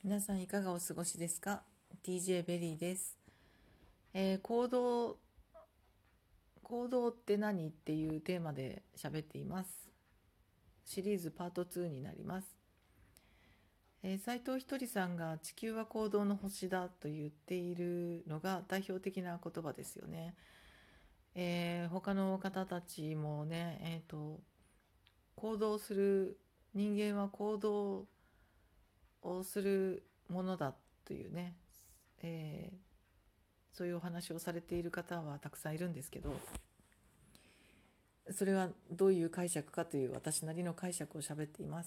皆さんいかがお過ごしですか？ DJ ベリーです。行動って何っていうテーマで喋っています。シリーズパート2になります。斉藤ひとりさんが地球は行動の星だと言っているのが代表的な言葉ですよね。他の方たちもね、行動する、人間は行動をするものだというね、えーそういうお話をされている方はたくさんいるんですけど、それはどういう解釈かという私なりの解釈を喋っています。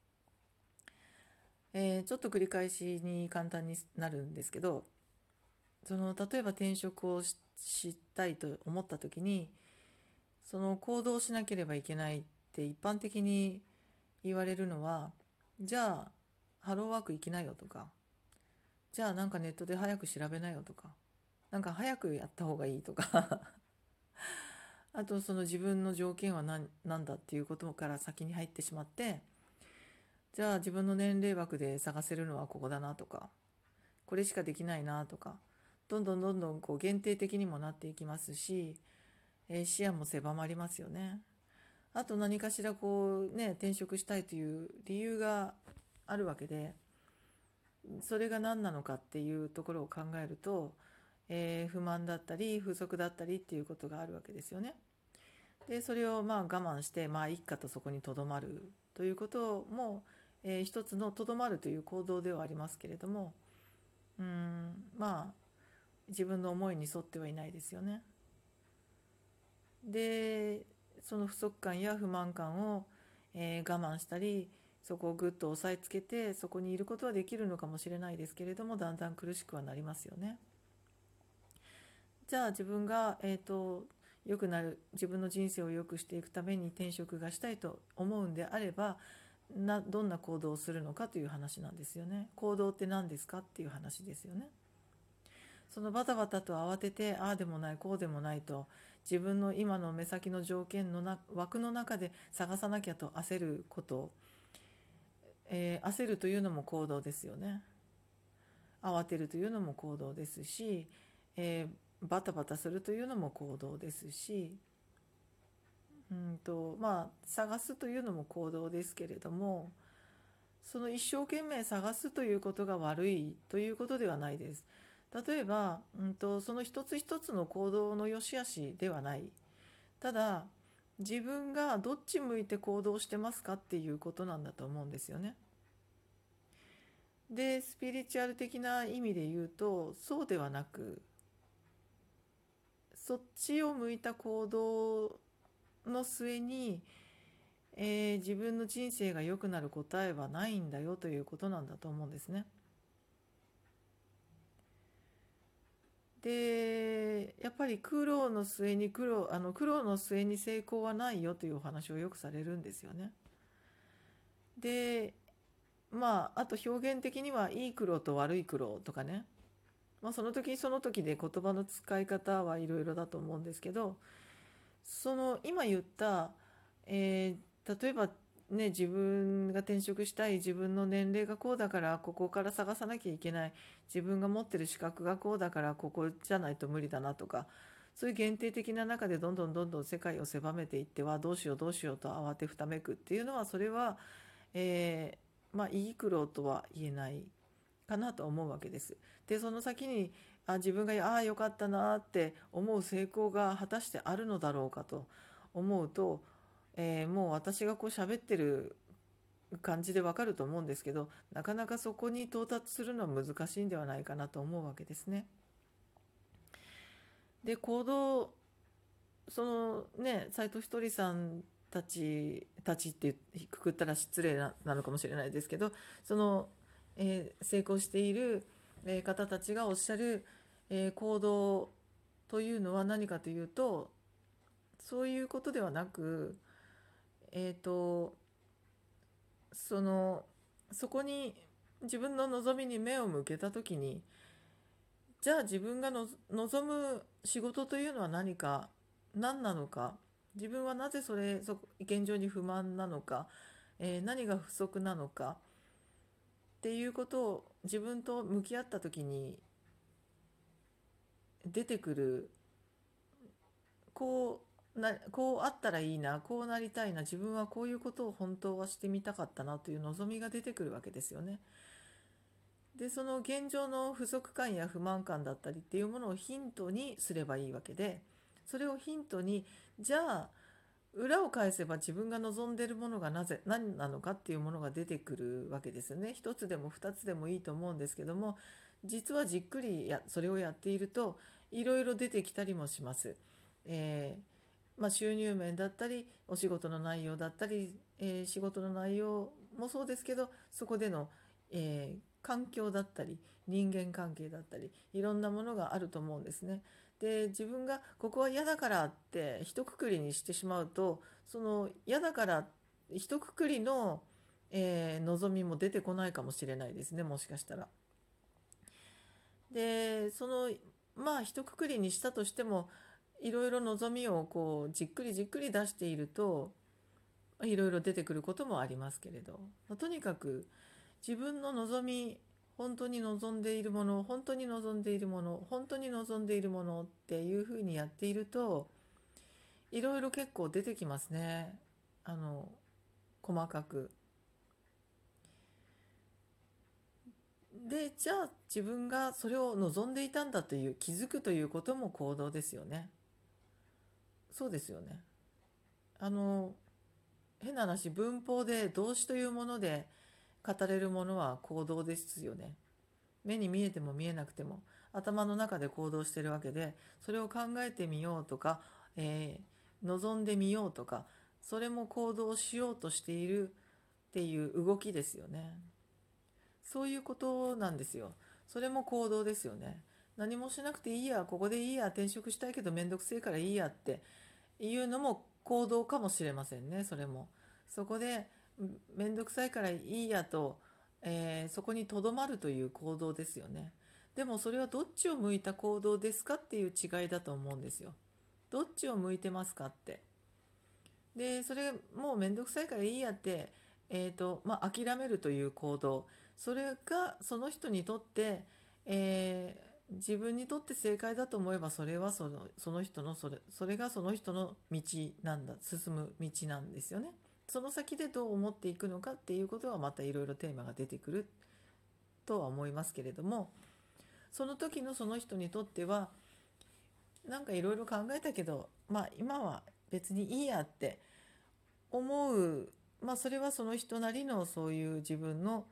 ちょっと繰り返しに簡単になるんですけど、例えば転職をしたいと思った時に、その行動しなければいけないって一般的に言われるのは、じゃあハローワーク行きなよとか、じゃあなんかネットで早く調べなよとか、なんか早くやった方がいいとかあとその自分の条件は何だっていうことから先に入ってしまって、じゃあ自分の年齢枠で探せるのはここだなとか、これしかできないなとか、どんどんどんどんこう限定的にもなっていきますし、視野も狭まりますよね。あと何かしらこうね、転職したいという理由があるわけで、それが何なのかっていうところを考えると、不満だったり不足だったりっていうことがあるわけですよね。でそれをまあ我慢してまあ一家とそこにとどまるということも、一つのとどまるという行動ではありますけれども、まあ自分の思いに沿ってはいないですよね。でその不足感や不満感を、我慢したり、そこをぐっと押さえつけてそこにいることはできるのかもしれないですけれども、だんだん苦しくはなりますよね。じゃあ自分が、良くなる、自分の人生を良くしていくために転職がしたいと思うんであれば、どんな行動をするのかという話なんですよね。行動って何ですかっていう話ですよね。そのバタバタと慌てて、ああでもないこうでもないと自分の今の目先の条件の枠の中で探さなきゃと焦ること、焦るというのも行動ですよね。慌てるというのも行動ですし、バタバタするというのも行動ですし、まあ探すというのも行動ですけれども、その一生懸命探すということが悪いということではないです。例えば、その一つ一つの行動の良し悪しではない。ただ、自分がどっち向いて行動してますかっていうことなんだと思うんですよね。で、スピリチュアル的な意味で言うと、そうではなく、そっちを向いた行動の末に、自分の人生が良くなる答えはないんだよということなんだと思うんですね。でやっぱり苦労の末に成功はないよというお話をよくされるんですよね。でまああと表現的にはいい苦労と悪い苦労とかね、まあ、その時その時で言葉の使い方はいろいろだと思うんですけど、その今言った、例えばね、自分が転職したい、自分の年齢がこうだからここから探さなきゃいけない、自分が持ってる資格がこうだからここじゃないと無理だなとか、そういう限定的な中でどんどんどんどん世界を狭めていってはどうしようどうしようと慌てふためくっていうのは、それは、まあいい苦労とは言えないかなと思うわけです。でその先に自分がああよかったなって思う成功が果たしてあるのだろうかと思うと、もう私がこう喋ってる感じでわかると思うんですけど、なかなかそこに到達するのは難しいんではないかなと思うわけですね。で行動、そのね、斉藤ひとりさんたちってくくったら失礼なのかもしれないですけど、その、成功している、方たちがおっしゃる、行動というのは何かというと、そういうことではなく、えーと、そのそこに自分の望みに目を向けた時に、じゃあ自分が望む仕事というのは何なのか、自分はなぜ現状に不満なのか、何が不足なのか、 っていうことを自分と向き合った時に出てくる、こうあったらいいな、こうなりたいな、自分はこういうことを本当はしてみたかったなという望みが出てくるわけですよね。で、その現状の不足感や不満感だったりっていうものをヒントにすればいいわけで、それをヒントに、じゃあ裏を返せば自分が望んでいるものが何なのかっていうものが出てくるわけですよね。一つでも二つでもいいと思うんですけども、実はじっくりそれをやっているといろいろ出てきたりもします。収入面だったりお仕事の内容だったり、仕事の内容もそうですけど、そこでの、環境だったり人間関係だったりいろんなものがあると思うんですね。で、自分がここは嫌だからって一括りにしてしまうと、その嫌だから一括りの、望みも出てこないかもしれないですね、もしかしたら。で、一括りにしたとしても、いろいろ望みをこうじっくりじっくり出しているといろいろ出てくることもありますけれど、とにかく自分の望み、本当に望んでいるもの、本当に望んでいるもの、本当に望んでいるものっていうふうにやっていると、いろいろ結構出てきますね。細かく。で、じゃあ自分がそれを望んでいたんだという気づくということも行動ですよね。そうですよね。あの、変な話、文法で動詞というもので語れるものは行動ですよね。目に見えても見えなくても頭の中で行動してるわけで、それを考えてみようとか、望んでみようとか、それも行動しようとしているっていう動きですよね。そういうことなんですよ。それも行動ですよね。何もしなくていいや、ここでいいや、転職したいけどめんどくせえからいいやっていうのも行動かもしれませんね。それもそこでめんどくさいからいいやと、そこにとどまるという行動ですよね。でもそれはどっちを向いた行動ですかっていう違いだと思うんですよ。どっちを向いてますかって。で、それもうめんどくさいからいいやって、諦めるという行動。それがその人にとって、自分にとって正解だと思えば、それはその人のそれがその人の道なんだ、進む道なんですよね。その先でどう思っていくのかっていうことはまたいろいろテーマが出てくるとは思いますけれども、その時のその人にとってはなんかいろいろ考えたけど、今は別にいいやって思う、それはその人なりのそういう自分の、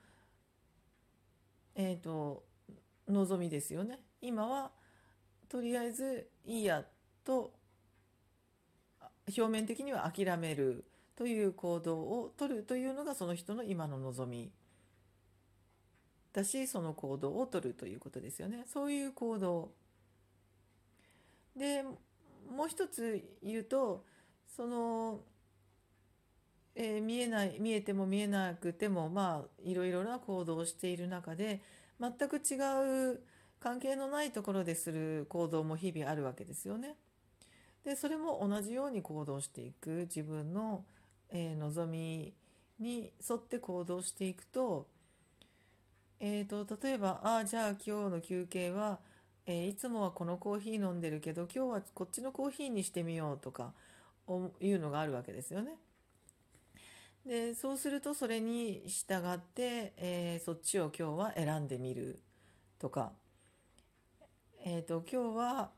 望みですよね。今はとりあえずいいやと表面的には諦めるという行動を取るというのがその人の今の望みだし、その行動を取るということですよね。そういう行動で、もう一つ言うと、その見えても見えなくてもいろいろな行動をしている中で、全く違う関係のないところでする行動も日々あるわけですよね。で、それも同じように行動していく、自分の、望みに沿って行動していくと、例えばじゃあ今日の休憩は、いつもはこのコーヒー飲んでるけど今日はこっちのコーヒーにしてみようとかいうのがあるわけですよね。で、そうするとそれに従って、そっちを今日は選んでみるとか、今日は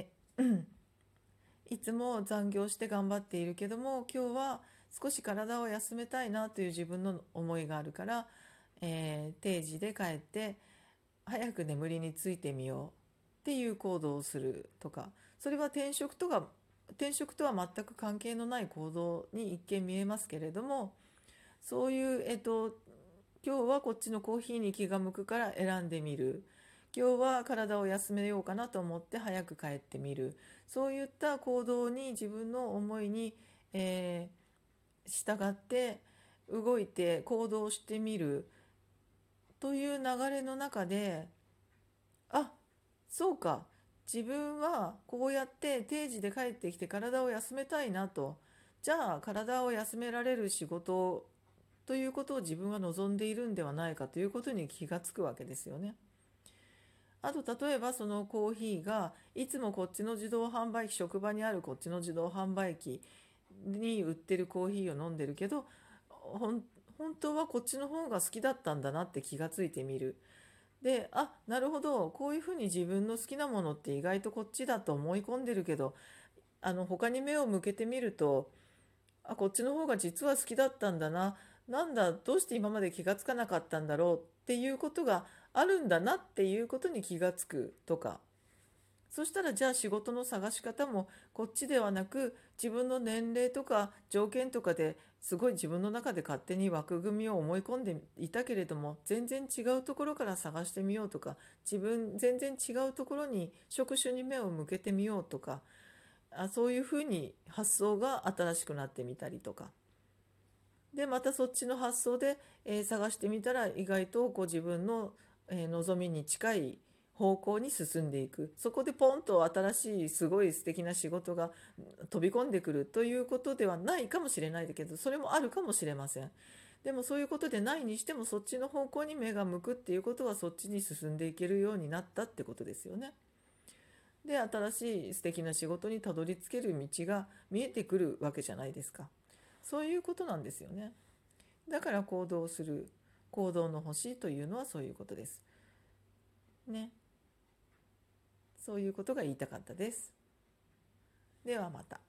いつも残業して頑張っているけども今日は少し体を休めたいなという自分の思いがあるから、定時で帰って早く眠りについてみようっていう行動をするとか、それは転職とは全く関係のない行動に一見見えますけれども、そういう、今日はこっちのコーヒーに気が向くから選んでみる。今日は体を休めようかなと思って早く帰ってみる。そういった行動に自分の思いに、従って動いて行動してみるという流れの中で、あ、そうか、自分はこうやって定時で帰ってきて体を休めたいなと。じゃあ体を休められる仕事ということを自分は望んでいるんではないかということに気がつくわけですよね。あと例えばそのコーヒーがいつもこっちの自動販売機、職場にあるこっちの自動販売機に売ってるコーヒーを飲んでるけど、本当はこっちの方が好きだったんだなって気がついてみる。で、あ、なるほど、こういうふうに自分の好きなものって意外とこっちだと思い込んでるけど、他に目を向けてみると、あ、こっちの方が実は好きだったんだな、なんだ、どうして今まで気がつかなかったんだろうっていうことがあるんだなっていうことに気がつくとか、そしたらじゃあ仕事の探し方もこっちではなく、自分の年齢とか条件とかですごい自分の中で勝手に枠組みを思い込んでいたけれども、全然違うところから探してみようとか、自分全然違うところに職種に目を向けてみようとか、そういうふうに発想が新しくなってみたりとか。でまたそっちの発想で、探してみたら意外とこう自分の、望みに近い方向に進んでいく。そこでポンと新しいすごい素敵な仕事が飛び込んでくるということではないかもしれないけど、それもあるかもしれません。でもそういうことでないにしても、そっちの方向に目が向くっていうことはそっちに進んでいけるようになったってことですよね。で新しい素敵な仕事にたどり着ける道が見えてくるわけじゃないですか。そういうことなんですよね。だから行動する、行動の星というのはそういうことですね。そういうことが言いたかったです。ではまた。